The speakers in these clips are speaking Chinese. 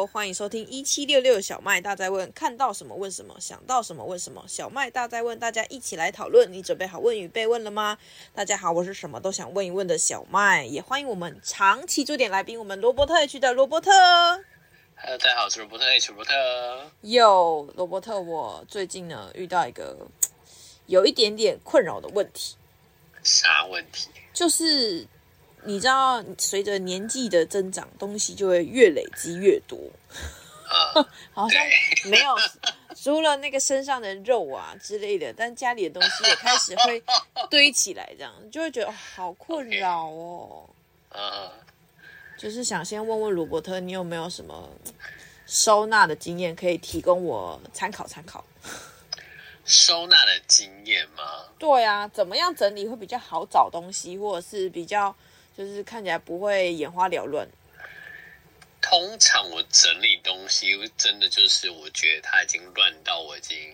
Hello， 欢迎收听1766小麦大在问，看到什么问什么，想到什么问什么，小麦大在问，大家一起来讨论。你准备好问与被问了吗？大家好，我是什么都想问一问的小麦，也欢迎我们长期驻点来宾，我们罗伯特 H 的罗伯特。 Hello， 大家好，我是罗伯特 H 罗伯特。 罗伯特，我最近呢遇到一个有一点点困扰的问题。 啥问题？ 就是你知道，随着年纪的增长，东西就会越累积越多。好像没有除了那个身上的肉啊之类的，但家里的东西也开始会堆起来，这样就会觉得好困扰哦。就是想先问问罗伯特，你有没有什么收纳的经验可以提供我参考参考？ 收纳的经验吗？ 对啊，怎么样整理会比较好找东西，或者是比较就是看起来不会眼花缭乱？ 通常我整理东西，真的就是我觉得它已经乱到我已经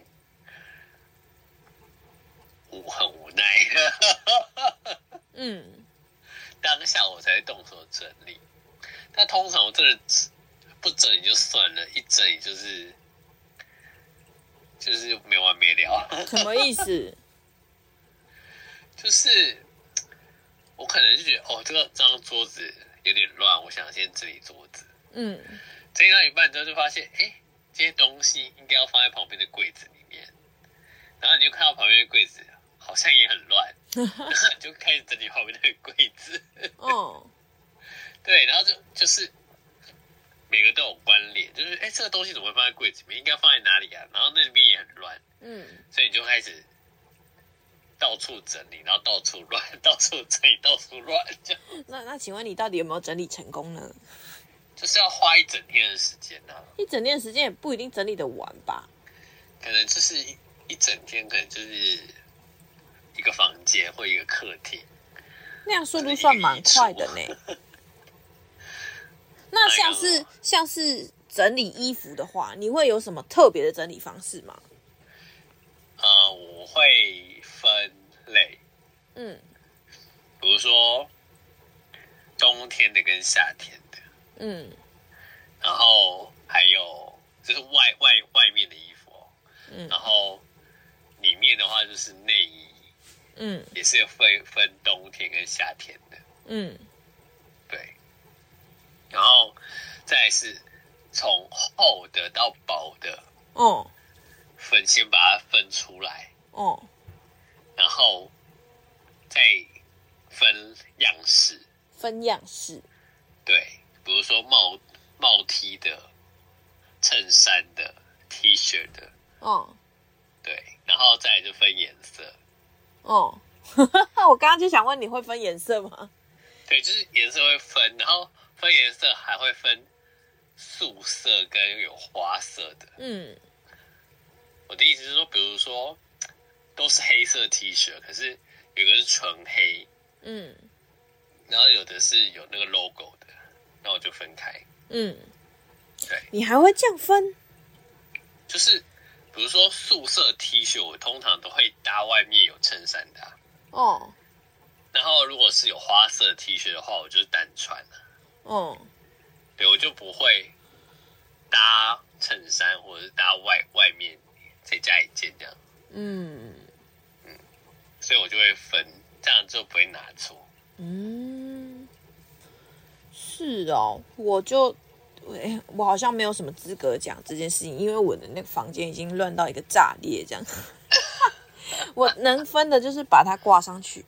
很无奈。当下我才会动手整理。但通常我真的不整理就算了，一整理就是没完没了。 什么意思？ 就是我可能就觉得这张桌子有点乱，我想先整理桌子。整理到一半之后就发现，这些东西应该要放在旁边的柜子里面。然后你就看到旁边的柜子好像也很乱，然后你就开始整理旁边的柜子。对，然后就是每个都有关联，就是这个东西怎么会放在柜子里面？应该放在哪里啊？然后那边也很乱，所以你就开始到处整理，然后到处乱，到处整理，到处乱。 那请问你到底有没有整理成功呢？ 就是要花一整天的时间啊！ 一整天的时间也不一定整理得完吧？ 可能就是一整天，可能就是一个房间或一个客厅， 那样速度算蛮快的呢。那像是整理衣服的话，你会有什么特别的整理方式吗？ 我会分类，比如说冬天的跟夏天的，然后还有就是外面的衣服，然后里面的话就是内衣，也是分冬天跟夏天的，对，然后再来是从厚的到薄的，先把它分出来，然后再分样式，对，比如说帽 T 的、衬衫的、T 恤的，对，然后再来就分颜色， 我刚刚就想问你会分颜色吗？ 对，就是颜色会分，然后分颜色还会分素色跟有花色的，我的意思是说，比如说都是黑色 T 恤，可是有个是纯黑，然后有的是有那个 logo 的，那我就分开。对， 你还会这样分？ 就是比如说素色 T 恤，我通常都会搭外面有衬衫的，然后如果是有花色 T 恤的话，我就是单穿了。对，我就不会搭衬衫或者是搭外面再加一件这样。所以我就会分，这样就不会拿错。 是哦，我好像没有什么资格讲这件事情，因为我的那个房间已经乱到一个炸裂这样。我能分的就是把它挂上去。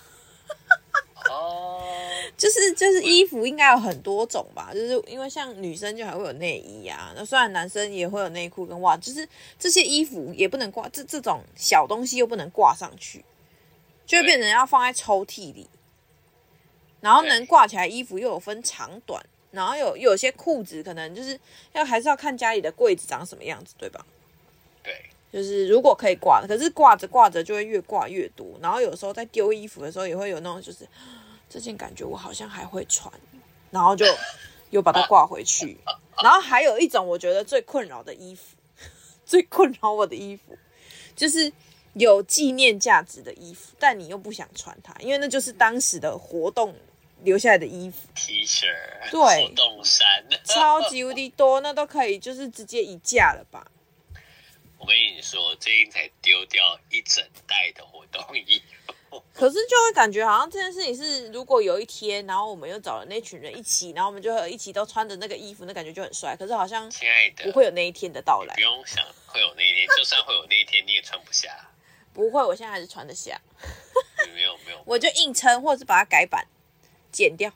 就是衣服应该有很多种吧，就是因为像女生就还会有内衣啊，那虽然男生也会有内裤跟袜，就是这些衣服也不能挂，这种小东西又不能挂上去，就会变成要放在抽屉里。然后能挂起来衣服又有分长短，然后有些裤子可能就是还是要看家里的柜子长什么样子，对吧？ 对， 就是如果可以挂的，可是挂着就会越挂越多，然后有时候在丢衣服的时候也会有那种就是这件感觉我好像还会穿，然后就又把它挂回去。然后还有一种我觉得最困扰的衣服，最困扰我的衣服就是有纪念价值的衣服，但你又不想穿它，因为那就是当时的活动留下来的衣服 T 恤， 对， 活动衫， 超级无敌多，那都可以就是直接移架了吧？ 我跟你说，我最近才丢掉一整袋的活动衣服。 可是就会感觉好像这件事情是，如果有一天，然后我们又找了那群人一起，然后我们就会一起都穿着那个衣服，那感觉就很帅。可是好像亲爱的， 不会有那一天的到来。 不用想会有那一天，就算会有那一天，你也穿不下。 不会，我现在还是穿得下。 没有， 我就硬撑，或者是把它改版剪掉。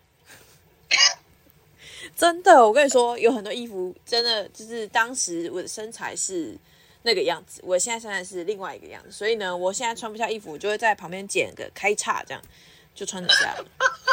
真的，我跟你说，有很多衣服真的就是当时我的身材是那个样子，我现在身材是另外一个样子，所以呢，我现在穿不下衣服，我就会在旁边剪个开叉，这样就穿得下了。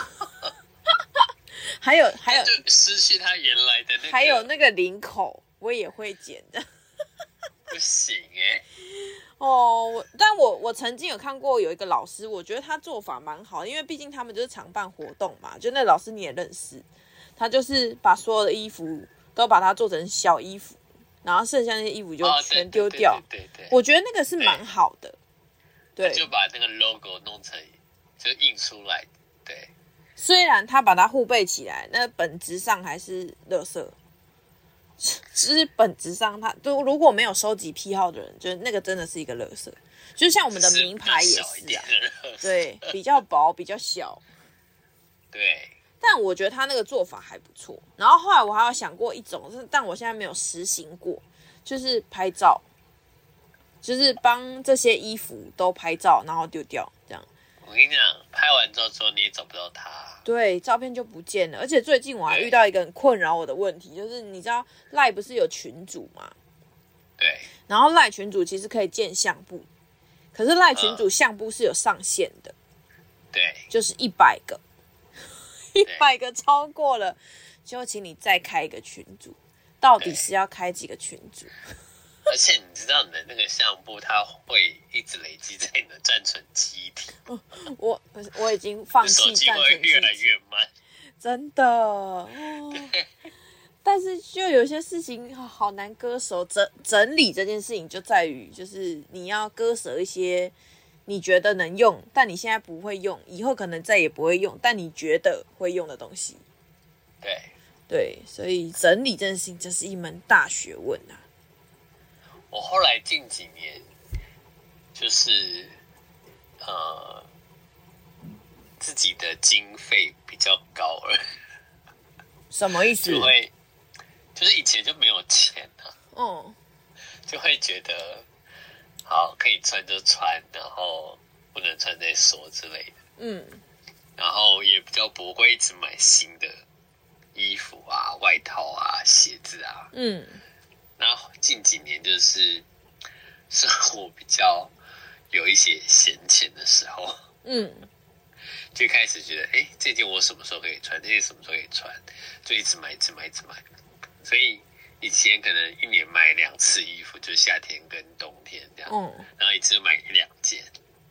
还有， 就失去它原来的那个， 还有那个领口，我也会剪的。 不行哦，但我曾经有看过有一个老师，我觉得他做法蛮好的，因为毕竟他们就是常办活动嘛，就那老师你也认识，他就是把所有的衣服都把它做成小衣服，然后剩下那些衣服就全丢掉。 对， 我觉得那个是蛮好的。对， 就把那个 logo 弄成就印出来。对， 虽然他把它护背起来，那本质上还是垃圾。只是本质上他就如果没有收集癖好的人，就那个真的是一个垃圾。就像我们的名牌也是啊，对，比较薄，比较小。 对。 但我觉得他那个做法还不错。然后后来我还有想过一种，但我现在没有实行过，就是拍照，就是帮这些衣服都拍照，然后丢掉，这样。 我跟你讲，拍完照之后你也找不到他。 对，照片就不见了。而且最近我还遇到一个很困扰我的问题，就是你知道赖不是有群组吗？ 对。 然后赖群组其实可以建相簿，可是赖群组相簿是有上限的。 对。 就是100个，100个超过了，就请你再开一个群组。到底是要开几个群组？ 而且你知道你的那个相簿，它会一直累积在你的暂存记忆体。 我已经放弃暂存记忆体，手机会越来越慢， 真的。但是就有些事情好难割舍，整理这件事情就在于，就是你要割舍一些你觉得能用，但你现在不会用，以后可能再也不会用，但你觉得会用的东西。对，所以整理这件事情真是一门大学问啊。 我后来近几年就是自己的经费比较高了。 什么意思？ 就是以前就没有钱了，就会觉得好可以穿就穿，然后不能穿再说之类的，然后也比较不会一直买新的衣服啊、外套啊、鞋子啊，然后近几年就是生活比较有一些闲钱的时候，就开始觉得，这件我什么时候可以穿，这件什么时候可以穿，就一直买。所以以前可能一年买2次衣服，就是夏天跟冬天这样，然后一次就买1-2件，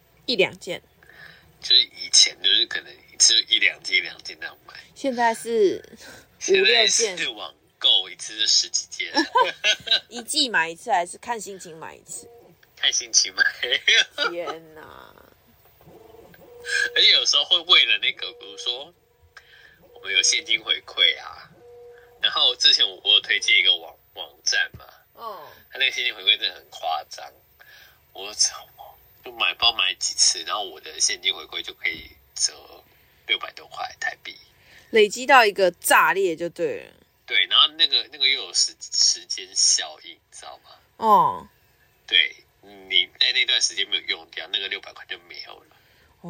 就是以前就是可能一次1-2件这样买， 现在是5-6件， 是网购一次就10几件， 一季买一次还是看心情买一次？ 看心情买。 天哪！ 而且有时候会为了那个，比如说我们有现金回馈啊，然后之前我有推荐一个网站嘛，他那个现金回馈真的很夸张，我就不知道买几次，然后我的现金回馈就可以折600多块台币， 累积到一个炸裂就对了。 对，然后那个又有时间效应，你知道吗？对，你在那段时间没有用掉，那个600块就没有了。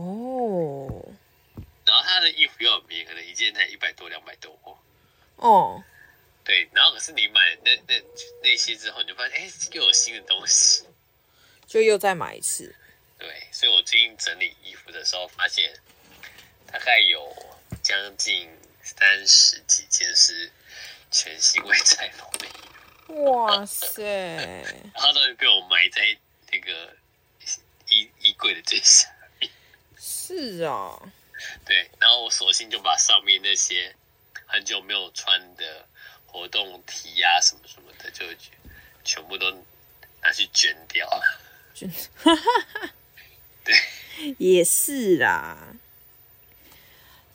然后他的衣服又很便宜，可能一件才100多、200多。对，然后可是你买那些之后，你就发现，又有新的东西， 就又再买一次。 对，所以我最近整理衣服的时候，发现大概有将近30几件是全新未拆封的衣服。 哇塞！ 然后都被我埋在那个衣柜的最下面。 是啊。 对，然后我索性就把上面那些很久没有穿的活动 T 啊什么什么的，就全部都拿去捐掉了。对， 也是啦。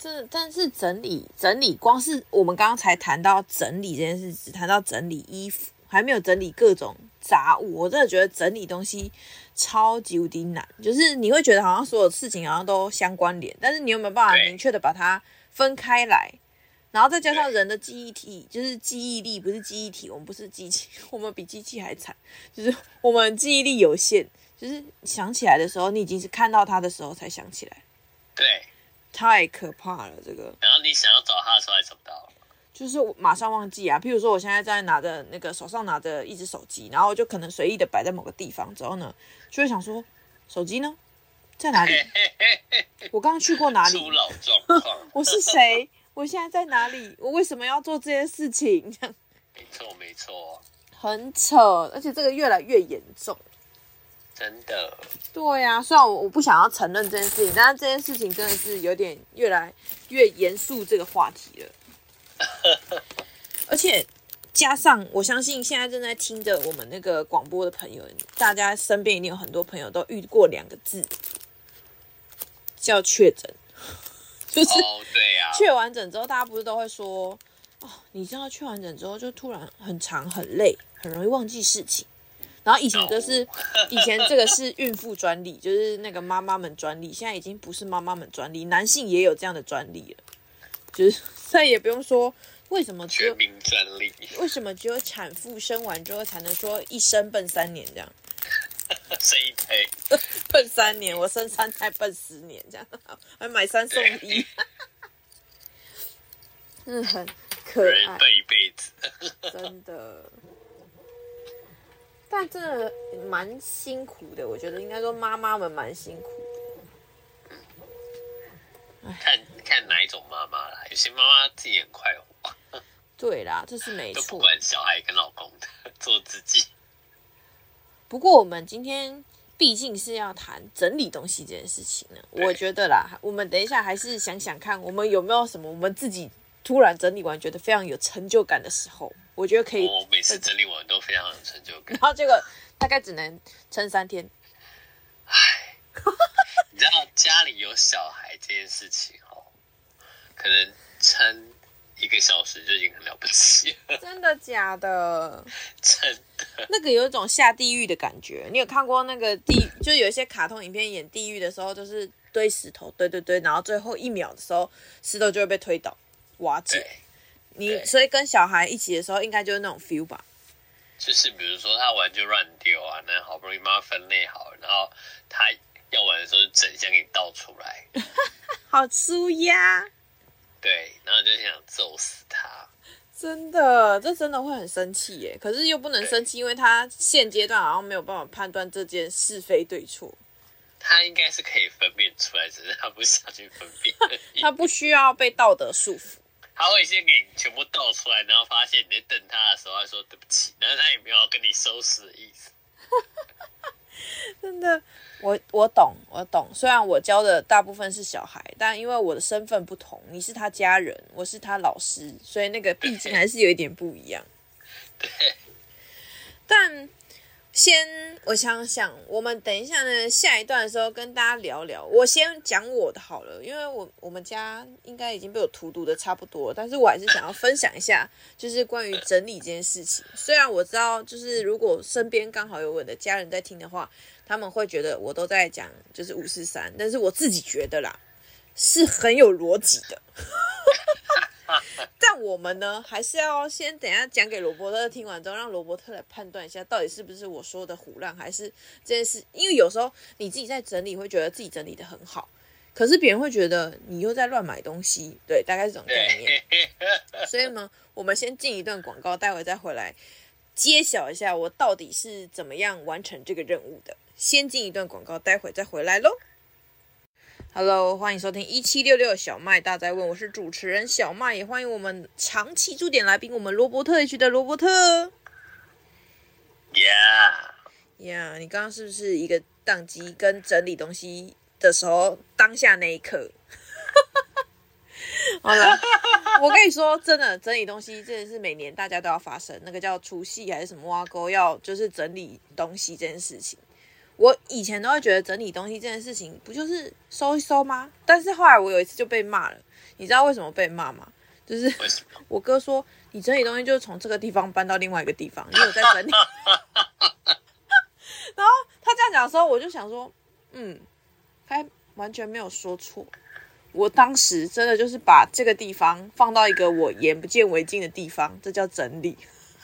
但是整理，光是我们刚刚才谈到整理这件事，只谈到整理衣服，还没有整理各种杂物。我真的觉得整理东西超级无敌难，就是你会觉得好像所有事情好像都相关联，但是你有没有办法明确的把它分开来？然后再加上人的记忆体，就是记忆力，不是记忆体，我们不是机器，我们比机器还惨，就是我们记忆力有限，就是想起来的时候，你已经是看到它的时候才想起来。 对， 太可怕了，这个。 然后你想要找它的时候还找不到， 就是我马上忘记啊。譬如说，我现在在拿着那个手上拿着一只手机，然后就可能随意的摆在某个地方之后呢，就会想说，手机呢，在哪里？我刚刚去过哪里？ 初老状况。 我是谁？我现在在哪里？我为什么要做这件事情？这样。 没错， 很扯，而且这个越来越严重。 真的。 对呀，虽然我不想要承认这件事情，但是这件事情真的是有点越来越严肃这个话题了。而且加上，我相信现在正在听着我们那个广播的朋友，大家身边一定有很多朋友都遇过2个字，叫确诊。就是对呀， 确完诊之后，大家不是都会说，你知道确完诊之后就突然很长很累，很容易忘记事情。然后以前这个是孕妇专利，就是那个妈妈们专利，现在已经不是妈妈们专利，男性也有这样的专利了，就是再也不用说为什么全民专利， 为什么只有产妇生完之后才能说一生笨3年这样。 生一胎笨3年，我生3胎笨10年，这样还买3送1，很可爱， 人笨一辈子， 真的。但真的蛮辛苦的，我觉得应该说妈妈们蛮辛苦的。看哪一种妈妈啦，有些妈妈自己很快活。 对啦，这是没错， 都不管小孩跟老公的，做自己。 不过我们今天毕竟是要谈整理东西这件事情呢，我觉得啦，我们等一下还是想想看，我们有没有什么我们自己突然整理完觉得非常有成就感的时候，我觉得可以。 我每次整理完都非常有成就感， 然后结果大概只能撑3天。 唉，你知道家里有小孩这件事情可能撑1个小时就已经很了不起了。 真的假的？ 真的。 那个有一种下地狱的感觉。你有看过那个就是有一些卡通影片演地狱的时候，就是堆石头，堆，然后最后1秒的时候，石头就会被推倒瓦解。所以跟小孩一起的时候，应该就是那种 feel 吧。 就是比如说他玩就乱丢啊，那好不容易妈妈分类好了，然后他要玩的时候就整箱给你倒出来， 好舒压。 对，然后就想揍死他。 真的，这真的会很生气耶。可是又不能生气，因为他现阶段好像没有办法判断这件是非对错。 他应该是可以分辨出来，只是他不想去分辨而已。 他不需要被道德束缚。 他会先给你全部倒出来，然后发现你在瞪他的时候，他说对不起，然后他也没有要跟你收拾的意思。 真的，我懂。虽然我教的大部分是小孩，但因为我的身份不同，你是他家人，我是他老师，所以那个毕竟还是有一点不一样。 对。 但我想想，我们等一下呢，下一段的时候跟大家聊聊。我先讲我的好了，因为我们家应该已经被我荼毒的差不多了，但是我还是想要分享一下，就是关于整理这件事情。虽然我知道，就是如果身边刚好有我的家人在听的话，他们会觉得我都在讲就是543，但是我自己觉得啦，是很有逻辑的。但我们呢，还是要先等一下讲给罗伯特听完之后，让罗伯特来判断一下，到底是不是我说的唬烂，还是这件事。因为有时候你自己在整理，会觉得自己整理的很好，可是别人会觉得你又在乱买东西，对，大概是这种概念。所以呢，我们先进一段广告，待会再回来揭晓一下我到底是怎么样完成这个任务的。先进一段广告，待会再回来咯。Hello， 欢迎收听1766小麦大哉问，我是主持人小麦，也欢迎我们长期驻点来宾，我们罗伯特 H 的罗伯特。 Yeah， 你刚刚是不是一个宕机跟整理东西的时候，当下那一刻？好了，我跟你说，真的整理东西真的是每年大家都要发生，那个叫除夕还是什么挖沟，要就是整理东西这件事情。 我以前都会觉得整理东西这件事情不就是收一收吗？但是后来我有一次就被骂了，你知道为什么被骂吗？就是我哥说你整理东西就是从这个地方搬到另外一个地方，你有在整理？然后他这样讲的时候，我就想说，他完全没有说错。我当时真的就是把这个地方放到一个我眼不见为净的地方，这叫整理。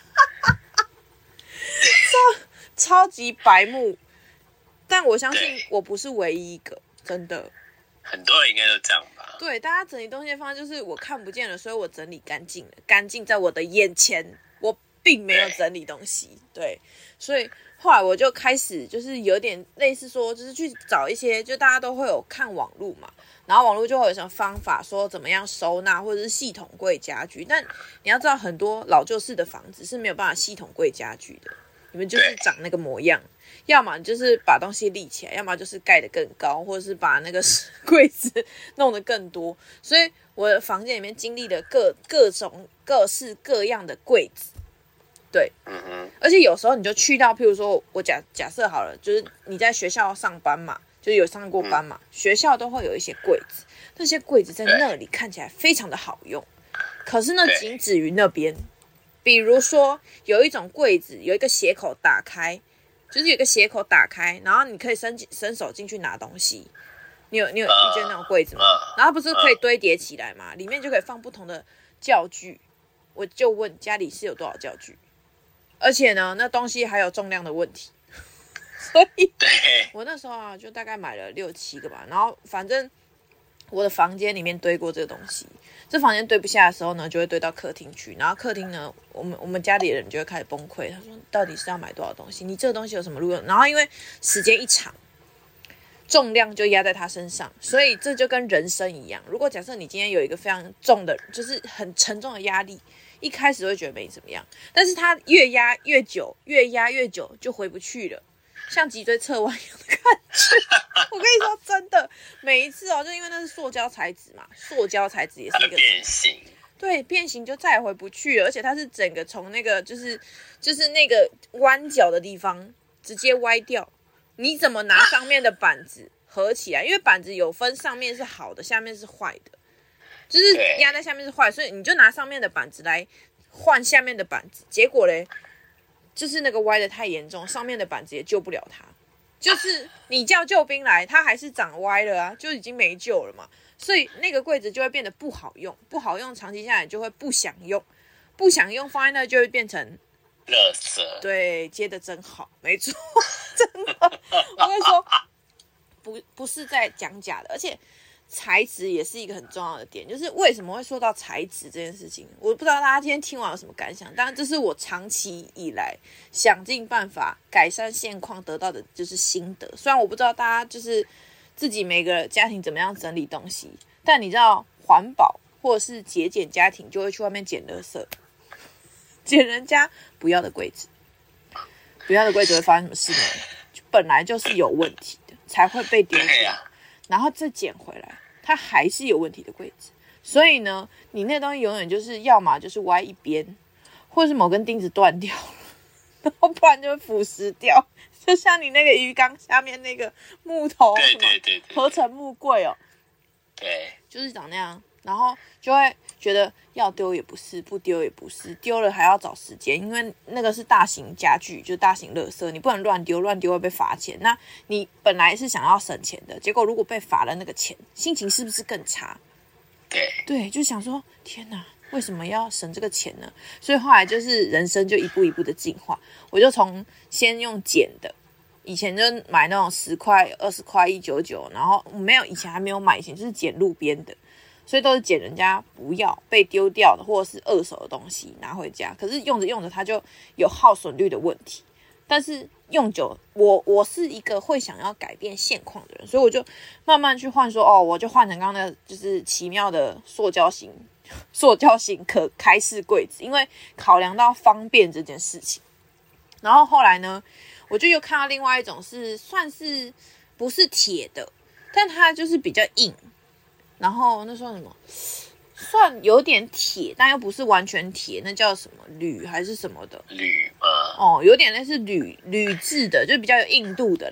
超级白目，但我相信我不是唯一一个，真的。 很多人应该都这样吧？ 对，大家整理东西的方式就是我看不见了，所以我整理干净了，干净在我的眼前，我并没有整理东西。对，所以后来我就开始就是有点类似说，就是去找一些，就大家都会有看网路嘛，然后网路就会有什么方法说怎么样收纳或者是系统柜家具，但你要知道很多老旧式的房子是没有办法系统柜家具的。你们就是长那个模样，要么就是把东西立起来，要么就是盖得更高，或者是把那个柜子弄得更多。所以我的房间里面经历了各种各式各样的柜子，对，而且有时候你就去到，譬如说我假设好了，就是你在学校上班嘛，就是有上过班嘛，学校都会有一些柜子，那些柜子在那里看起来非常的好用，可是呢，仅止于那边。比如说有一种柜子有一个斜口打开，就是有一个斜口打开，然后你可以伸手进去拿东西。你有遇见那种柜子吗？然后不是可以堆叠起来吗？里面就可以放不同的教具。我就问家里是有多少教具，而且呢，那东西还有重量的问题。所以我那时候啊，就大概买了6、7个吧。然后反正我的房间里面堆过这个东西。这房间堆不下的时候呢，就会堆到客厅去，然后客厅呢，我们家里的人就会开始崩溃。他说：“到底是要买多少东西？你这个东西有什么路用？”然后因为时间一长，重量就压在他身上，所以这就跟人生一样。如果假设你今天有一个非常重的，就是很沉重的压力，一开始会觉得没怎么样，但是它越压越久，越压越久就回不去了。像脊椎侧弯一样的感觉，我跟你说真的，每一次哦，就因为那是塑胶材质嘛，塑胶材质也是一个变形， 对，变形就再也回不去了，而且它是整个从那个就是那个弯角的地方直接歪掉，你怎么拿上面的板子合起来？因为板子有分上面是好的，下面是坏的，就是压在下面是坏，所以你就拿上面的板子来换下面的板子，结果嘞。就是那个歪的太严重，上面的板子也救不了它。就是你叫救兵来，它还是长歪了啊，就已经没救了嘛。所以那个柜子就会变得不好用，不好用，长期下来就会不想用，不想用放在那就会变成垃圾。 对，接的真好，没错，真的。我跟你说，不是在讲假的，而且。材质也是一个很重要的点，就是为什么会说到材质这件事情，我不知道大家今天听完有什么感想。当然，这是我长期以来想尽办法改善现况得到的就是心得。虽然我不知道大家就是自己每个家庭怎么样整理东西，但你知道环保或者是节俭家庭就会去外面捡垃圾，捡人家不要的柜子，不要的柜子会发生什么事呢？就本来就是有问题的，才会被丢掉，然后再捡回来。它还是有问题的柜子，所以呢，你那东西永远就是要么就是歪一边，或者是某根钉子断掉了，然后不然就会腐蚀掉。就像你那个鱼缸下面那个木头， 对， 合成木柜哦， 对， 就是长那样，然后就会觉得要丢也不是，不丢也不是，丢了还要找时间，因为那个是大型家具，就是大型垃圾，你不能乱丢，乱丢会被罚钱。那你本来是想要省钱的，结果如果被罚了那个钱，心情是不是更差？对，就想说天哪，为什么要省这个钱呢？所以后来就是人生就一步一步的进化，我就从先用捡的。以前就买那种10块、20块、199，然后没有，以前还没有买，以前就是捡路边的，所以都是捡人家不要被丢掉的或者是二手的东西拿回家。可是用着用着它就有耗损率的问题，但是用久，我是一个会想要改变现况的人，所以我就慢慢去换说，我就换成刚刚那个就是奇妙的塑胶型可开式柜子，因为考量到方便这件事情。然后后来呢，我就又看到另外一种是算是不是铁的，但它就是比较硬，然后那算什么？算有点铁，但又不是完全铁，那叫什么铝还是什么的？ 铝吗？ 有点类似铝制的，就比较有硬度的啦。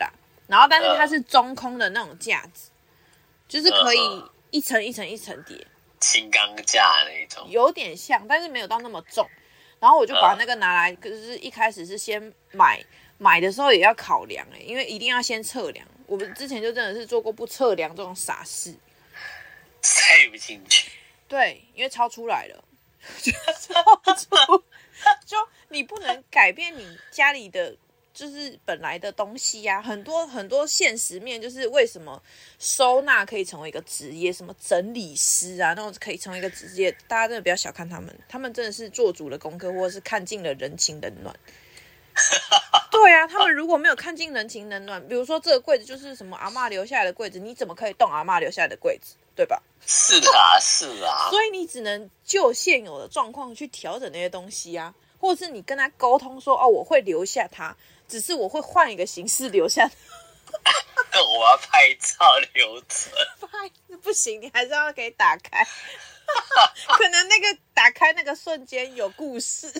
然后但是它是中空的那种架子，就是可以一层一层一层叠， 轻钢架那种， 有点像，但是没有到那么重。然后我就把那个拿来，可是一开始是先买的时候也要考量因为一定要先测量。我们之前就真的是做过不测量这种傻事， 塞不进去。 对，因为超出来了，就你不能改变你家里的就是本来的东西呀、很多很多现实面，就是为什么收纳可以成为一个职业，什么整理师啊那种可以成为一个职业，大家真的不要小看他们，他们真的是做足了功课，或者是看尽了人情冷暖。对啊，他们如果没有看尽人情冷暖，比如说这个柜子就是什么阿嬷留下来的柜子，你怎么可以动阿嬷留下来的柜子，对吧？ 是啊，是啊。 所以你只能就现有的状况去调整那些东西啊，或者是你跟他沟通说，我会留下它，只是我会换一个形式留下它。 我要拍照留存。 不行，你还是要给打开。可能那个打开那个瞬间有故事。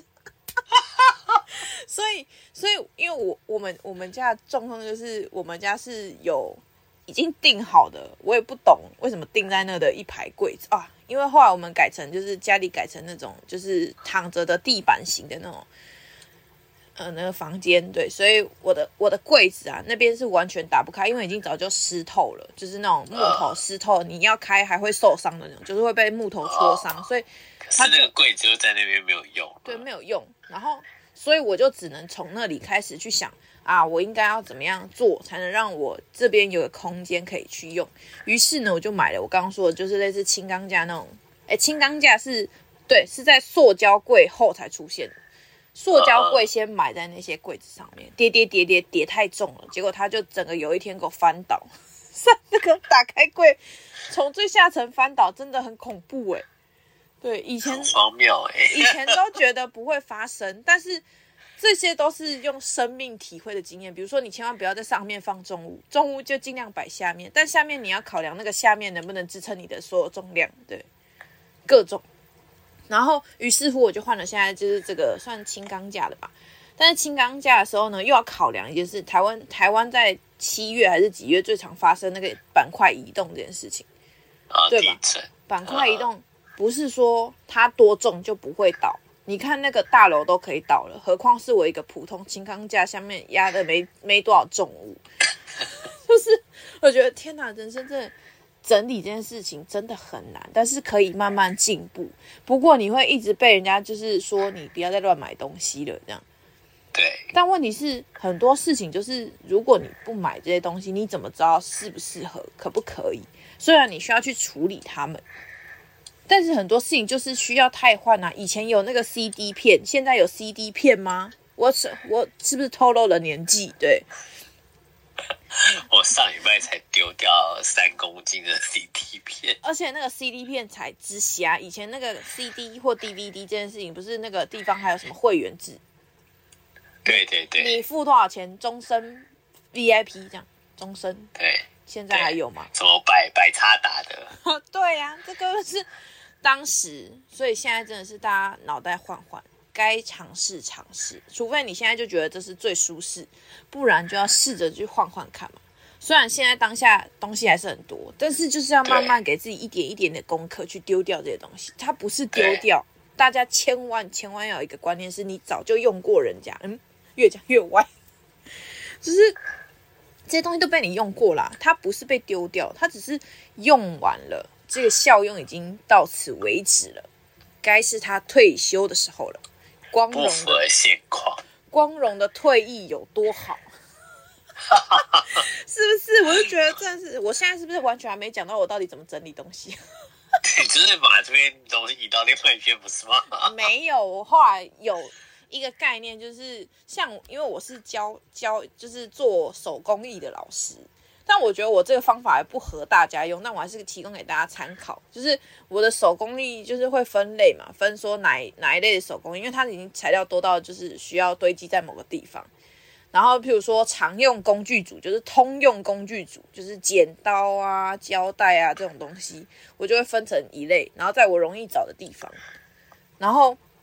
所以因为我们家的状况就是我们家是有已经订好的，我也不懂为什么订在那的一排柜子啊。因为后来我们改成就是家里改成那种就是躺着的地板型的那种那个房间，对，所以我的柜子啊那边是完全打不开，因为已经早就湿透了，就是那种木头湿透，你要开还会受伤的那种，就是会被木头戳伤，所以它那个柜子就在那边没有用， 对，没有用。然后所以我就只能从那里开始去想我应该要怎么样做才能让我这边有个空间可以去用。于是呢，我就买了我刚刚说的，就是类似轻钢架那种。轻钢架是在塑胶柜后才出现的。塑胶柜先买在那些柜子上面，叠太重了，结果它就整个有一天给我翻倒。那个打开柜，从最下层翻倒，真的很恐怖对，以前很荒谬以前都觉得不会发生，但是这些都是用生命体会的经验。比如说，你千万不要在上面放重物，重物就尽量摆下面，但下面你要考量那个下面能不能支撑你的所有重量，对，各种。然后，于是乎我就换了现在就是这个算轻钢架的吧。但是轻钢架的时候呢，又要考量一件事，台湾在7月还是几月最常发生那个板块移动这件事情，对吧？板块移动不是说它多重就不会倒，你看那个大楼都可以倒了，何况是我一个普通轻钢架下面压的没多少重物，就是我觉得天哪，人生真的整理这件事情真的很难，但是可以慢慢进步。不过你会一直被人家就是说你不要再乱买东西了这样。 对。 但问题是很多事情就是如果你不买这些东西，你怎么知道适不适合，可不可以？虽然你需要去处理它们，但是很多事情就是需要汰换以前有那个 CD 片，现在有 CD 片吗？我是不是透露了年纪？对。 我上礼拜才丢掉3公斤的 CD 片， 而且那个 CD 片才之瞎。以前那个 CD 或 DVD 这件事情，不是那个地方还有什么会员制？ 对， 你付多少钱终身 VIP 这样，终身。 对， 现在还有吗？ 什么百叉打的？ 对呀，这个是当时，所以现在真的是大家脑袋换，该尝试，除非你现在就觉得这是最舒适，不然就要试着去换看嘛。虽然现在当下东西还是很多，但是就是要慢慢给自己一点一点的功课去丢掉这些东西。它不是丢掉，大家千万要有一个观念是，你早就用过人家，越讲越歪，就是这些东西都被你用过啦，它不是被丢掉，它只是用完了，这个效用已经到此为止了，该是他退休的时候了。 不符合现况， 光荣的退役有多好？是不是？我就觉得真的是，我现在是不是完全还没讲到我到底怎么整理东西？ 你只是把这边东西移到另外一边，不是吗？ 没有，我后来有一个概念，就是像因为我是教就是做手工艺的老师。但我觉得我这个方法也不合大家用，但我还是提供给大家参考。就是我的手工艺就是会分类嘛，分说哪一类的手工艺，因为它已经材料多到就是需要堆积在某个地方。然后譬如说常用工具组，就是通用工具组，就是剪刀啊、胶带啊这种东西，我就会分成一类，然后在我容易找的地方。然后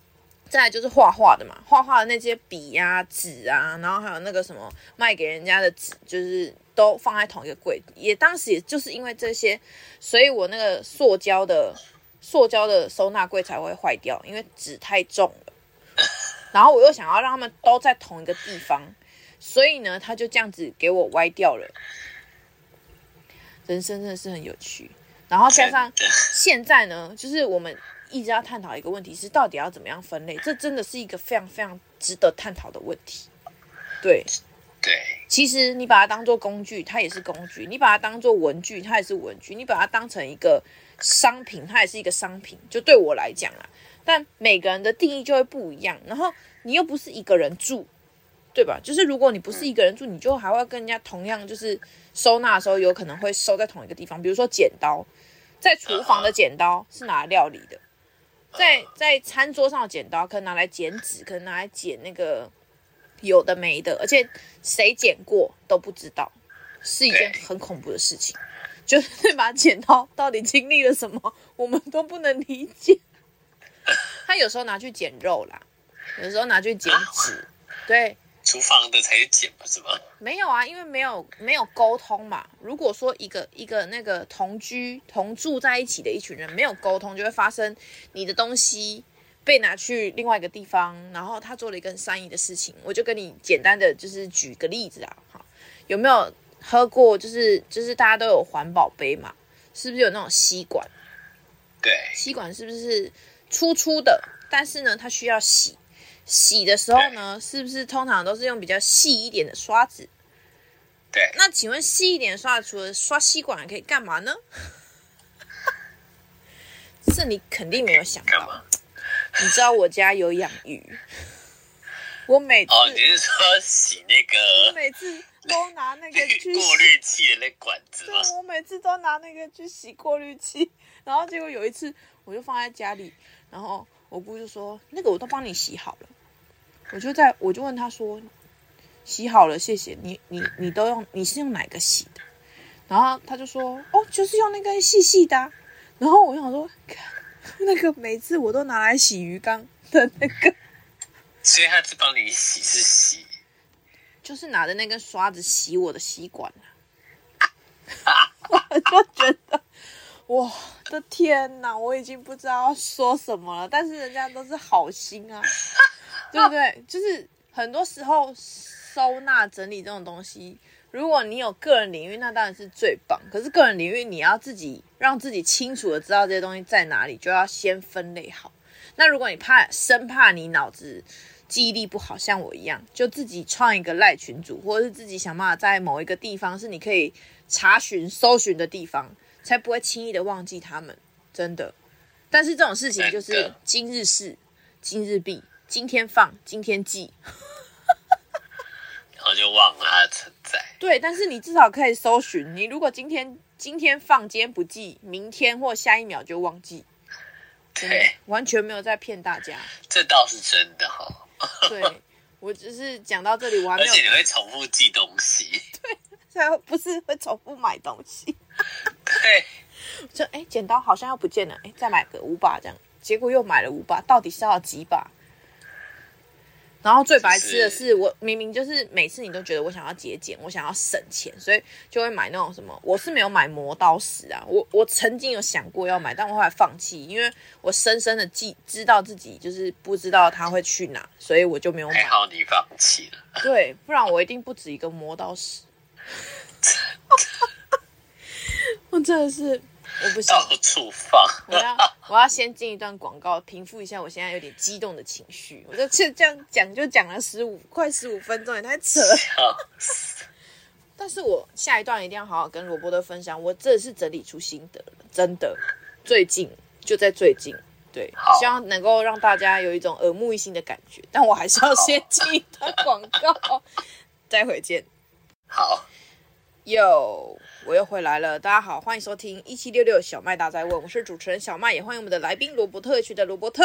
再来就是画画的嘛，画画的那些笔啊、纸啊，然后还有那个什么卖给人家的纸，就是都放在同一个柜。当时也就是因为这些，所以我那个塑胶的收纳柜才会坏掉，因为纸太重了。然后我又想要让他们都在同一个地方，所以呢，他就这样子给我歪掉了。人生真的是很有趣。然后加上现在呢，就是我们一直要探讨一个问题是，到底要怎么样分类？这真的是一个非常非常值得探讨的问题。对，其实你把它当作工具，它也是工具；你把它当作文具，它也是文具；你把它当成一个商品，它也是一个商品。就对我来讲啦，但每个人的定义就会不一样。然后你又不是一个人住，对吧？就是如果你不是一个人住，你就还会跟人家同样就是收纳的时候，有可能会收在同一个地方。比如说剪刀，在厨房的剪刀是拿来料理的。在餐桌上的剪刀可能拿来剪纸，可能拿来剪那个有的没的，而且谁剪过都不知道，是一件很恐怖的事情。就是那把剪刀到底经历了什么，我们都不能理解。他有时候拿去剪肉啦，有时候拿去剪纸，对。 厨房的才是剪不是吗？ 没有啊，因为没有沟通嘛。如果说一个那个同住在一起的一群人没有沟通，就会发生你的东西被拿去另外一个地方，然后他做了一个很善意的事情。我就跟你简单的就是举个例子啊，有没有喝过？就是大家都有环保杯嘛，是不是有那种吸管？ 对， 吸管是不是粗的？但是呢，它需要洗。洗的时候呢，是不是通常都是用比较细一点的刷子？ 对。 那请问细一点的刷子除了刷吸管还可以干嘛呢？这你肯定没有想到。你知道我家有养鱼，我每次你是说洗那个？ 我每次都拿那个去洗过滤器的那管子吗？ 对，我每次都拿那个去洗过滤器，然后结果有一次我就放在家里，然后我姑就说那个我都帮你洗好了。我就问他说，洗好了，谢谢你是用哪个洗的？然后他就说，就是用那根细细的啊。然后我想说，那个每次我都拿来洗鱼缸的那个， 所以他是帮你洗， 就是拿着那根刷子洗我的吸管啊。我就觉得，我的天哪，我已经不知道要说什么了。但是人家都是好心啊。对不对？就是很多时候收纳整理这种东西，如果你有个人领域，那当然是最棒。可是个人领域，你要让自己清楚的知道这些东西在哪里，就要先分类好。那如果你生怕你脑子记忆力不好，像我一样，就自己创一个赖群组，或者是自己想办法在某一个地方是你可以搜寻的地方，才不会轻易的忘记他们。真的。但是这种事情就是今日事今日毕。今天放，今天记， 然后就忘了它的存在。 对，但是你至少可以搜寻。你如果今天放，今天不记，明天或下一秒就忘记。 对， 完全没有在骗大家。 这倒是真的哈。 对，我只是讲到这里，我还没有。 而且你会重复记东西。 对，才不是会重复买东西。 对。 就剪刀好像要不见了，再买个5把这样，结果又买了5把，到底是要几把？然后最白痴的是，我明明就是每次你都觉得我想要节俭，我想要省钱，所以就会买那种什么。我是没有买磨刀石啊，我曾经有想过要买，但我后来放弃，因为我深深的知道自己就是不知道它会去哪，所以我就没有买。 还好你放弃了。 对，不然我一定不止一个磨刀石。我真的是。我不行， 到处放。 我要先进一段广告，平复一下我现在有点激动的情绪。我就这样讲，就讲了快15分钟，也太扯了。但是我下一段一定要好好跟罗伯特分享，我真的是整理出心得了，真的，就在最近，对，希望能够让大家有一种耳目一新的感觉。但我还是要先进一段广告，待会见。 好。 我又回来了，大家好，欢迎收听1766小麦大在问，我是主持人小麦，也欢迎我们的来宾罗伯特区的罗伯特。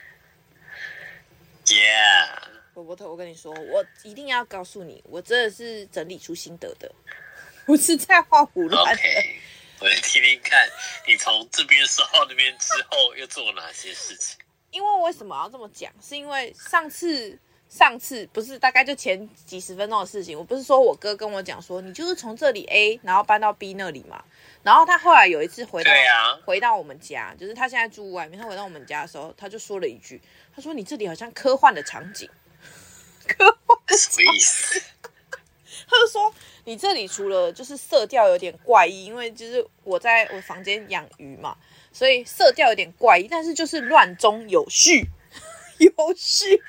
罗伯特，我跟你说，我一定要告诉你，我真的是整理出心得的，不是在画胡乱的。 我来听听看，你从这边说到那边之后又做了哪些事情？ 因因为为什么要这么讲？是因为上次不是大概就前几十分钟的事情，我不是说我哥跟我讲说，你就是从这里 A 然后搬到 B 那里嘛。然后他后来有一次回到我们家，就是他现在住外面，他回到我们家的时候，他就说了一句，他说你这里好像科幻的场景。科幻的场景什么意思？他就说你这里除了就是色调有点怪异，因为就是我在我房间养鱼嘛，所以色调有点怪异，但是就是乱中有序，有序。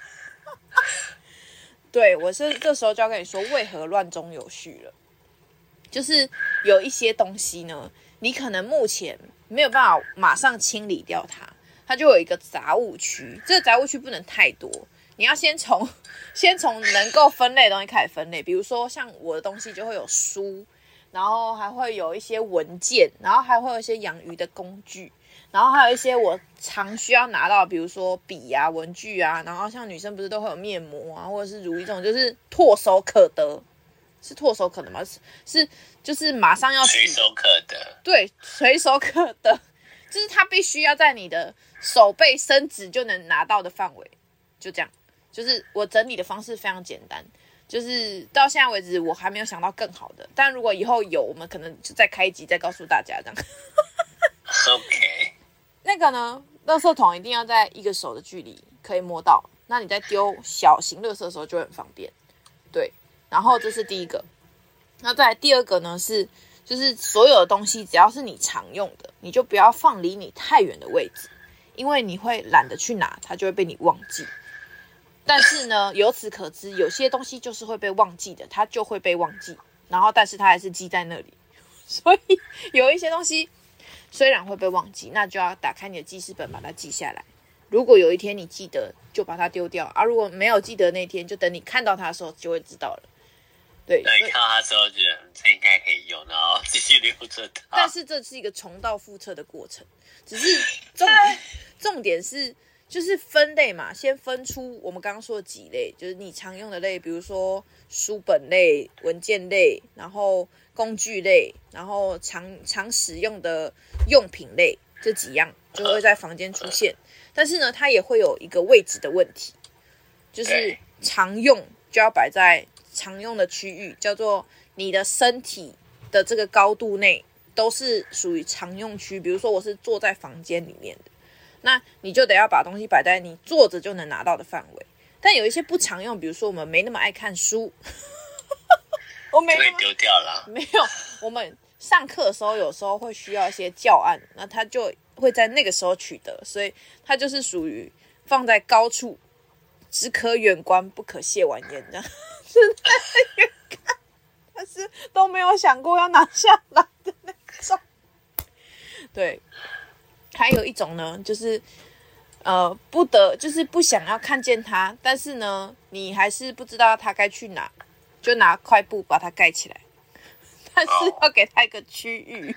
对，我是这时候就要跟你说为何乱中有序了。就是有一些东西呢，你可能目前没有办法马上清理掉它就有一个杂物区，这个杂物区不能太多，你要先从能够分类的东西开始分类。比如说像我的东西就会有书，然后还会有一些文件，然后还会有一些养鱼的工具，然后还有一些我常需要拿到，比如说笔啊、文具啊，然后像女生不是都会有面膜啊，或者是乳液这种，就是唾手可得。是唾手可得吗？是就是马上要随手可得。 对，随手可得，就是它必须要在你的手背伸直就能拿到的范围，就这样。就是我整理的方式非常简单，就是到现在为止我还没有想到更好的，但如果以后有，我们可能就再开一集再告诉大家这样。 OK。 那个呢，垃圾桶一定要在一个手的距离可以摸到，那你在丢小型垃圾的时候就会很方便。对。然后这是第一个，那再来第二个呢是，就是所有的东西只要是你常用的，你就不要放离你太远的位置，因为你会懒得去拿，它就会被你忘记。但是呢，由此可知，有些东西就是会被忘记的，它就会被忘记，然后但是它还是记在那里。所以有一些东西虽然会被忘记，那就要打开你的记事本把它记下来。如果有一天你记得，就把它丢掉啊！如果没有记得那天，就等你看到它的时候就会知道了。对， 那你看到它之后觉得这应该可以用，然后继续留着它。 但是这是一个重蹈覆辙的过程，只是重点是就是分类嘛，先分出我们刚刚说的几类，就是你常用的类，比如说书本类、文件类，然后工具类，然后常使用的用品类，这几样就会在房间出现。但是呢，它也会有一个位置的问题，就是常用就要摆在常用的区域，叫做你的身体的这个高度内都是属于常用区。比如说我是坐在房间里面的，那你就得要把东西摆在你坐着就能拿到的范围。但有一些不常用，比如说我们没那么爱看书，我没那么丢掉了。 没有，我们上课的时候有时候会需要一些教案，那它就会在那个时候取得，所以它就是属于放在高处，只可远观不可亵玩焉，这样是在远看，但是都没有想过要拿下来的那种。对，还有一种呢，就是就是不想要看见它，但是呢，你还是不知道它该去哪，就拿块布把它盖起来，但是要给它一个区域。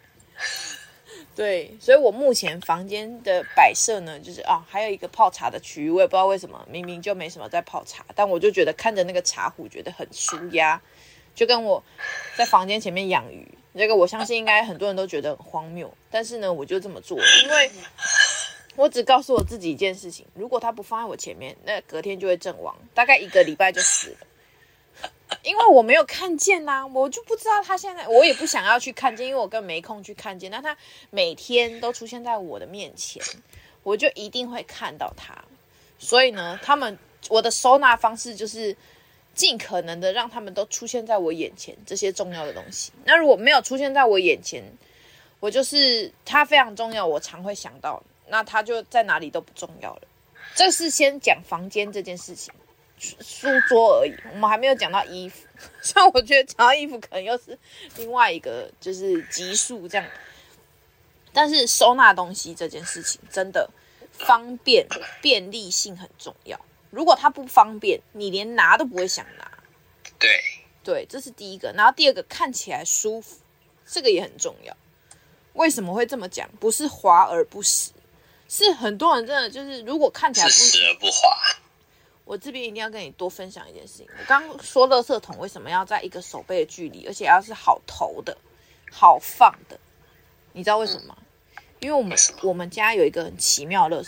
对，所以我目前房间的摆设呢，就是还有一个泡茶的区域，我也不知道为什么，明明就没什么在泡茶，但我就觉得看着那个茶壶觉得很舒压，就跟我在房间前面养鱼，这个我相信应该很多人都觉得很荒谬，但是呢，我就这么做，因为我只告诉我自己一件事情，如果它不放在我前面，那隔天就会阵亡，大概1个礼拜就死了。因为我没有看见啊，我就不知道他现在，我也不想要去看见，因为我根本没空去看见。那他每天都出现在我的面前，我就一定会看到他。所以呢，我的收纳方式就是尽可能的让他们都出现在我眼前，这些重要的东西。那如果没有出现在我眼前，我就是他非常重要，我常会想到，那他就在哪里都不重要了。这是先讲房间这件事情。书桌而已，我们还没有讲到衣服，像我觉得讲到衣服可能又是另外一个就是级数这样。但是收纳东西这件事情真的便利性很重要。如果它不方便，你连拿都不会想拿。对，这是第一个。然后第二个，看起来舒服，这个也很重要。为什么会这么讲？不是华而不实，是很多人真的就是如果看起来不实而不华。 我这边一定要跟你多分享一件事情。我刚刚说垃圾桶为什么要在一个手背的距离，而且要是好投的、好放的，你知道为什么吗？因为我们家有一个很奇妙的垃圾桶，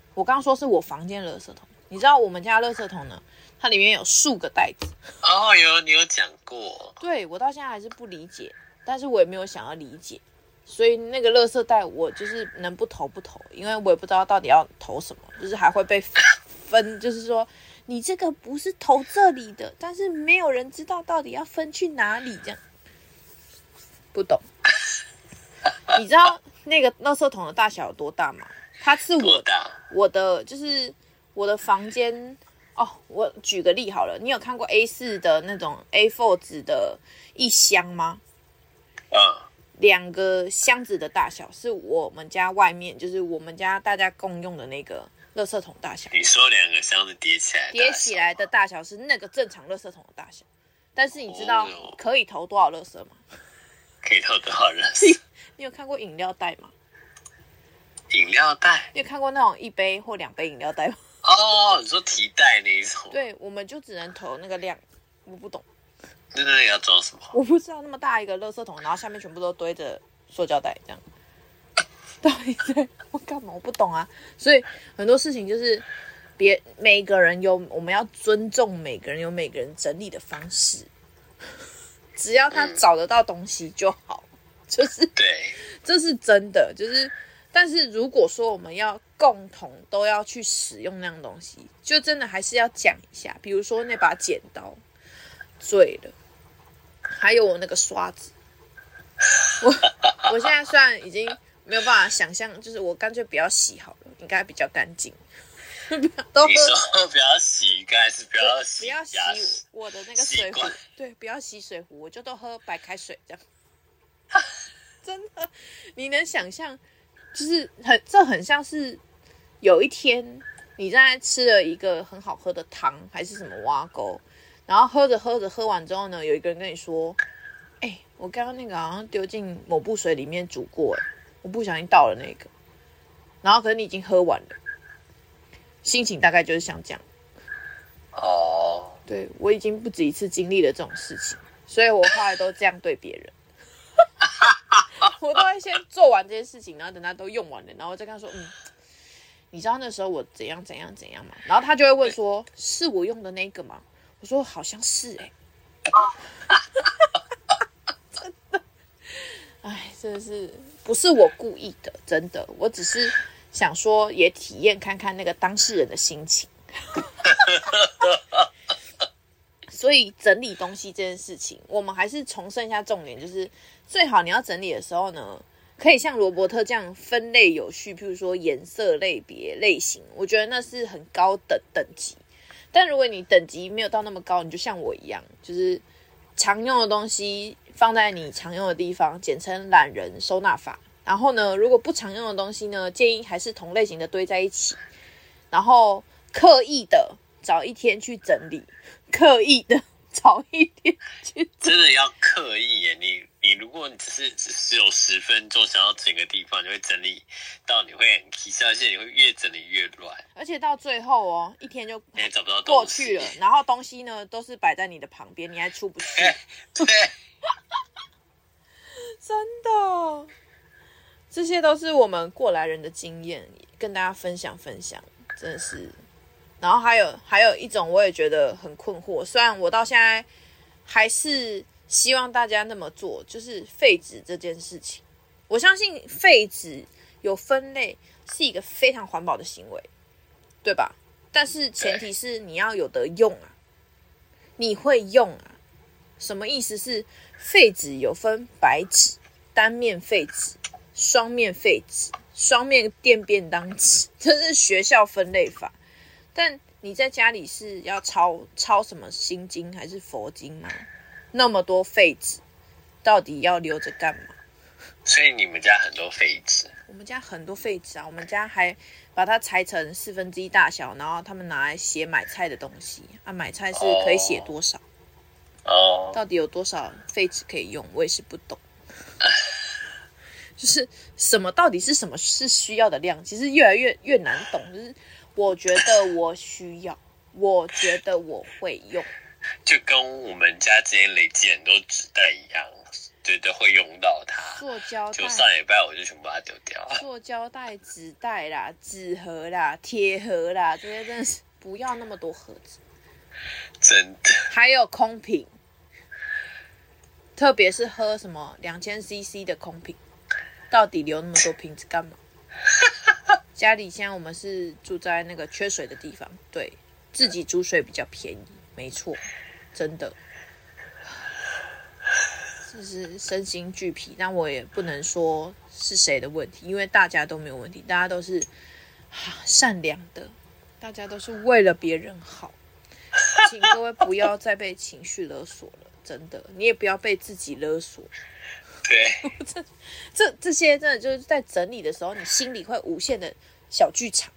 我刚刚说是我房间的垃圾桶，你知道我们家垃圾桶呢，它里面有数个袋子。 哦，你有讲过。 对，我到现在还是不理解，但是我也没有想要理解，所以那个垃圾袋我就是能不投不投，因为我也不知道到底要投什么，就是还会被分，就是说你这个不是投这里的，但是没有人知道到底要分去哪里，这样不懂。你知道那个垃圾桶的大小有多大吗？它是我的就是我的房间哦。我举个例好了，你有看过 A4 的那种 A4 纸的一箱吗？2个箱子的大小是我们家外面，就是我们家大家共用的那个垃圾桶大小。 你说2个箱子叠起来的大小是那个正常垃圾桶的大小，但是你知道可以投多少垃圾吗？ 可以投多少垃圾？ 你有看过饮料袋吗？ 饮料袋？ 你有看过那种1杯或2杯饮料袋吗？ 哦，你说提袋那一种？ 对，我们就只能投那个量，我不懂。 那个要装什么？ 我不知道，那么大一个垃圾桶，然后下面全部都堆着塑胶袋，这样到底在我干嘛？我不懂啊。所以很多事情就是每个人我们要尊重每个人有每个人整理的方式，只要他找得到东西就好。就是对， 这是真的。就是但是如果说我们要共同都要去使用那样东西，就真的还是要讲一下。比如说那把剪刀碎了，还有我那个刷子，我现在虽然已经没有办法想象，就是我干脆不要洗好了，应该比较干净。 你说不要洗，应该是不要洗我的那个水壶，对，不要洗水壶，我就都喝白开水这样。真的，你能想象，就是这很像是有一天你在吃了一个很好喝的汤，还是什么蛙沟，然后喝完之后呢，有一个人跟你说，我刚刚那个好像丢进某部水里面煮过，我不小心倒了那个，然后可是你已经喝完了，心情大概就是像这样。 哦， 对，我已经不止一次经历了这种事情，所以我后来都这样对别人。我都会先做完这些事情，然后等他都用完了，然后再跟他说，你知道那时候我怎样怎样怎样吗？然后他就会问说，是我用的那个吗？我说好像是真的，真的是不是我故意的，真的，我只是想说也体验看看那个当事人的心情。所以整理东西这件事情，我们还是重申一下重点，就是最好你要整理的时候呢，可以像罗伯特这样分类有序，譬如说颜色类别类型，我觉得那是很高等级。但如果你等级没有到那么高，你就像我一样，就是常用的东西放在你常用的地方，简称懒人收纳法。然后呢，如果不常用的东西呢，建议还是同类型的堆在一起，然后刻意的找一天去整理，刻意的找一天去整理， 真的要刻意耶。你如果你只有10分钟想要整个地方，你会整理到你会很气，而且你会越整理越乱， 而且到最后一天就找不到过去了，然后东西呢都是摆在你的旁边，你还出不去。 对， 真的，这些都是我们过来人的经验，跟大家分享，真的是。然后还有一种我也觉得很困惑，虽然我到现在还是希望大家那么做，就是废纸这件事情。我相信废纸有分类是一个非常环保的行为，对吧？但是前提是你要有得用啊，你会用啊。什么意思是废纸有分白纸、单面废纸、双面废纸、双面电便当纸，这是学校分类法。但你在家里是要抄什么心经还是佛经吗？那么多废纸，到底要留着干嘛？ 所以你们家很多废纸？ 我们家很多废纸啊，我们家还把它裁成1/4大小，然后他们拿来写买菜的东西啊。买菜是可以写多少？到底有多少废纸可以用？我也是不懂。就是到底是什么是需要的量？其实越来越难懂。就是我觉得我需要，我觉得我会用， 就跟我们家之前累积很多纸袋一样，就对，会用到它。 塑胶袋， 就上礼拜我就全部把它丢掉。 塑胶袋、纸袋啦、纸盒啦、铁盒啦，这些真的是不要那么多盒子。 真的。 还有空瓶，特别是喝什么2000cc 的空瓶，到底留那么多瓶子干嘛？家里现在我们是住在那个缺水的地方，对，自己煮水比较便宜，没错，真的。这是身心俱疲，但我也不能说是谁的问题，因为大家都没有问题，大家都是善良的，大家都是为了别人好。请各位不要再被情绪勒索了，真的，你也不要被自己勒索。 对， 这些真的就是在整理的时候，你心里会无限的小剧场。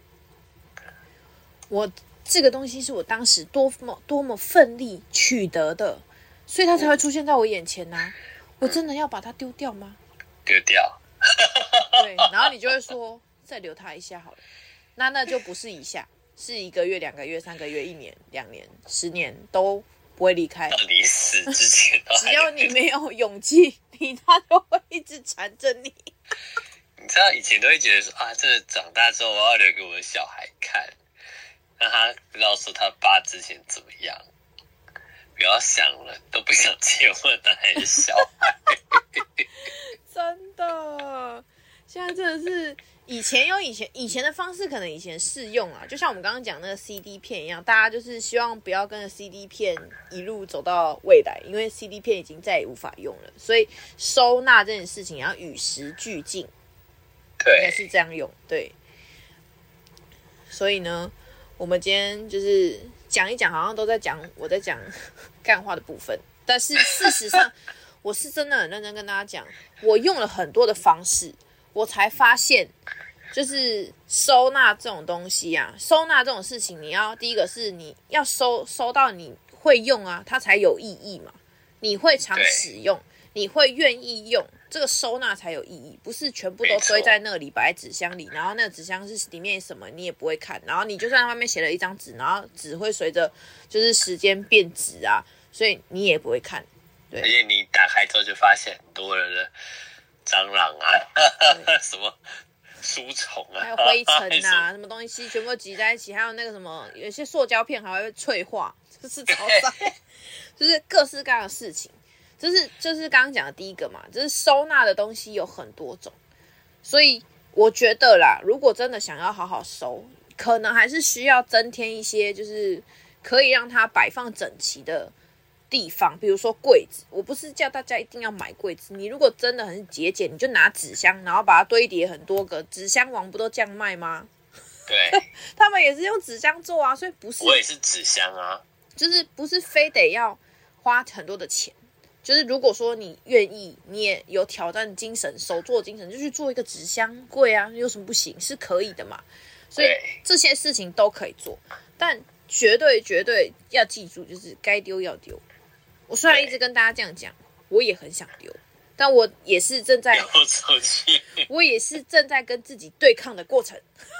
我这个东西是我当时多么奋力取得的。所以它才会出现在我眼前啊！我真的要把它丢掉吗？ 丢掉。 对，然后你就会说再留它一下好了。那就不是一下，是1个月、2个月、3个月、1年、2年、10年都不会离开。 到你死之前， 只要你没有勇气，它就会一直缠着你。 你知道以前都会觉得说这长大之后我要留给我的小孩看，让他不知道说他爸之前怎么样。不要想了，都不想结婚的还是小孩。 真的，现在真的是以前有以前的方式，可能以前适用啊，就像我们刚刚讲那个 CD 片一样，大家就是希望不要跟着 CD 片一路走到未来，因为 CD 片已经再也无法用了，所以收纳这件事情也要与时俱进， 对， 应该是这样用，对。所以呢，我们今天就是讲一讲，好像都在讲我在讲干话的部分，但是事实上，我是真的很认真跟大家讲，我用了很多的方式，我才发现，就是收纳这种东西啊，收纳这种事情，你要第一个是你要收到你会用啊，它才有意义嘛，你会常使用，你会愿意用，这个收纳才有意义，不是全部都堆在那里摆在纸箱里，然后那个纸箱是里面什么你也不会看，然后你就算外面写了一张纸，然后纸会随着就是时间变质啊，所以你也不会看。对， 而且你打开之后就发现很多人的蟑螂啊，什么书虫啊， 还有灰尘啊，什么东西全部挤在一起，还有那个什么，有些塑胶片还会脆化，就是超脏，就是各式各样的事情。就是刚刚讲的第一个嘛，就是收纳的东西有很多种，所以我觉得啦，如果真的想要好好收，可能还是需要增添一些，就是可以让它摆放整齐的地方，比如说柜子。我不是叫大家一定要买柜子，你如果真的很节俭，你就拿纸箱，然后把它堆叠很多个，纸箱王不都这样卖吗？ 对， 他们也是用纸箱做啊，所以不是， 我也是纸箱啊， 就是不是非得要花很多的钱。就是如果说你愿意，你也有挑战精神、手做精神，就去做一个纸箱柜啊，有什么不行？是可以的嘛。所以这些事情都可以做，但绝对要记住，就是该丢要丢。我虽然一直跟大家这样讲，我也很想丢，但我也是正在我也是正在跟自己对抗的过程。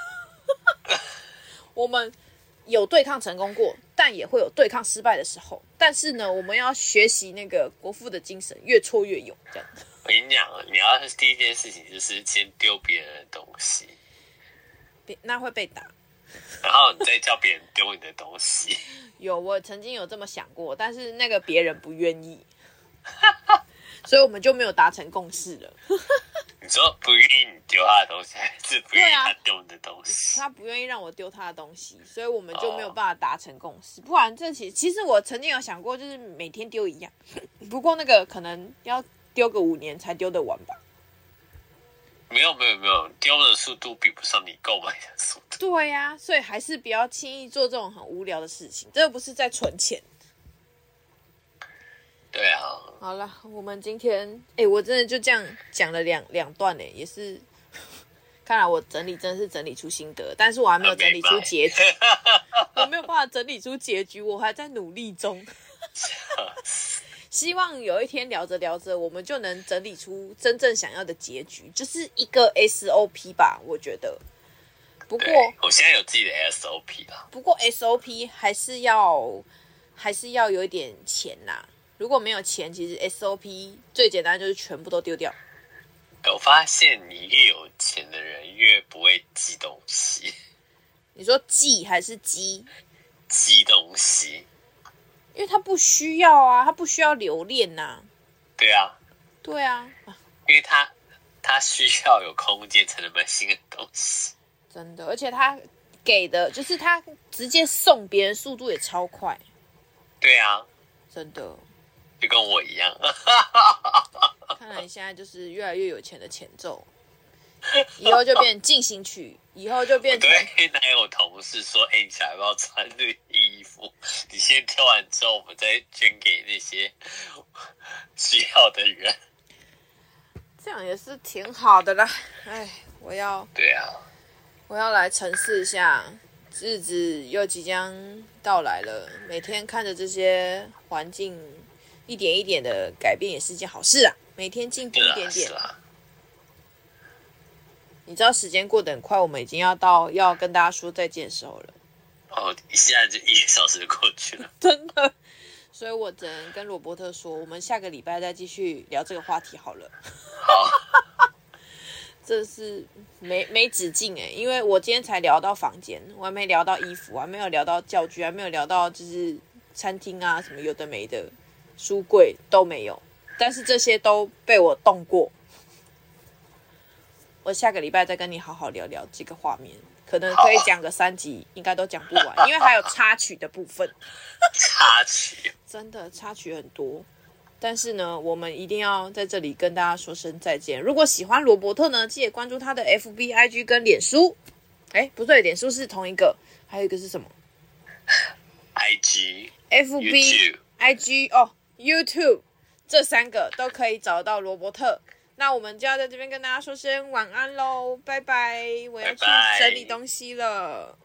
我们有对抗成功过，但也会有对抗失败的时候。但是呢，我们要学习那个国父的精神，越挫越勇。这样。 我跟你讲，你要第一件事情就是先丢别人的东西， 那会被打。 然后你再叫别人丢你的东西。 有，我曾经有这么想过，但是那个别人不愿意，所以我们就没有达成共识了。 你说不愿意你丢他的东西，还是不愿意他丢你的东西？ 他不愿意让我丢他的东西，所以我们就没有办法达成共识。不然这其实我曾经有想过，就是每天丢一样，不过那个可能要丢个5年才丢得完吧。 没有，丢的速度比不上你购买的速度。 对呀，所以还是不要轻易做这种很无聊的事情，这又不是在存钱。 对啊。 好了，我们今天，我真的就这样讲了两段嘞，也是，看来我整理真的是整理出心得，但是我还没有整理出结局，我没有办法整理出结局，我还在努力中。希望有一天聊着聊着，我们就能整理出真正想要的结局，就是一个 SOP 吧，我觉得。不过我现在有自己的 SOP 了。 不过 SOP 还是要有一点钱啦。 如果没有钱，其实 SOP 最简单就是全部都丢掉。 我发现你越有钱的人越不会寄东西。 你说寄还是积？ 寄东西， 因为他不需要啊，他不需要留恋呐。 对啊， 对啊， 因为他需要有空间才能买新的东西。 真的，而且他给的就是他直接送别人，速度也超快。 对啊， 真的， 就跟我一样。 看来你现在就是越来越有钱的前奏，以后就变进行曲，以后就变成。 对，哪有同事说，你想要不要穿这个衣服？你先挑完之后，我们再捐给那些需要的人。 这样也是挺好的啦。哎， 对啊， 我要来沉思一下，日子又即将到来了，每天看着这些环境一点一点的改变，也是件好事啊。每天进步一点点。你知道时间过得很快，我们已经要跟大家说再见的时候了。 哦，一下就1个小时就过去了， 真的。所以我只能跟罗伯特说，我们下个礼拜再继续聊这个话题好了。 好。 这是没止境欸，因为我今天才聊到房间，我还没聊到衣服，我还没有聊到教具，还没有聊到就是餐厅啊什么有的没的，书柜都没有，但是这些都被我动过。我下个礼拜再跟你好好聊聊这个画面，可能可以讲个3集，应该都讲不完，因为还有插曲的部分。 插曲真的插曲很多。但是呢，我们一定要在这里跟大家说声再见。如果喜欢罗伯特呢，记得关注他的 FB、IG 跟脸书。不对，脸书是同一个，还有一个是什么 ？IG、FB、 IG YouTube 这3个都可以找到罗伯特。那我们就要在这边跟大家说声晚安喽，拜拜！我要去整理东西了。